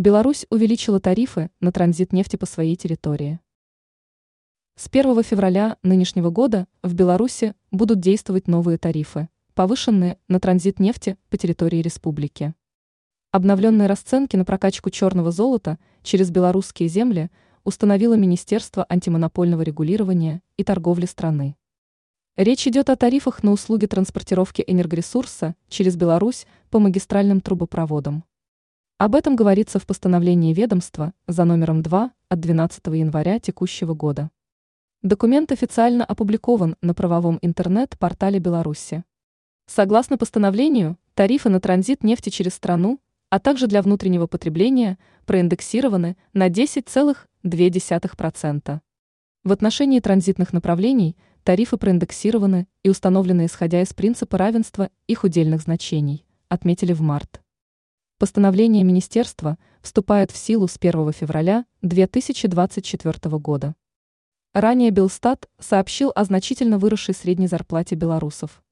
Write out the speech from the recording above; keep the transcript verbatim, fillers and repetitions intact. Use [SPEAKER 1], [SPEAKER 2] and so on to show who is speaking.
[SPEAKER 1] Беларусь увеличила тарифы на транзит нефти по своей территории. С первого февраля нынешнего года в Беларуси будут действовать новые тарифы, повышенные на транзит нефти по территории республики. Обновленные расценки на прокачку черного золота через белорусские земли установило Министерство антимонопольного регулирования и торговли страны. Речь идет о тарифах на услуги транспортировки энергоресурса через Беларусь по магистральным трубопроводам. Об этом говорится в постановлении ведомства за номером два от двенадцатого января текущего года. Документ официально опубликован на правовом интернет-портале Беларуси. Согласно постановлению, тарифы на транзит нефти через страну, а также для внутреннего потребления, проиндексированы на десять целых две десятых процента. В отношении транзитных направлений тарифы проиндексированы и установлены исходя из принципа равенства их удельных значений, отметили в март. Постановление Министерства вступает в силу с первого февраля две тысячи двадцать четвёртого года. Ранее Белстат сообщил о значительно выросшей средней зарплате белорусов.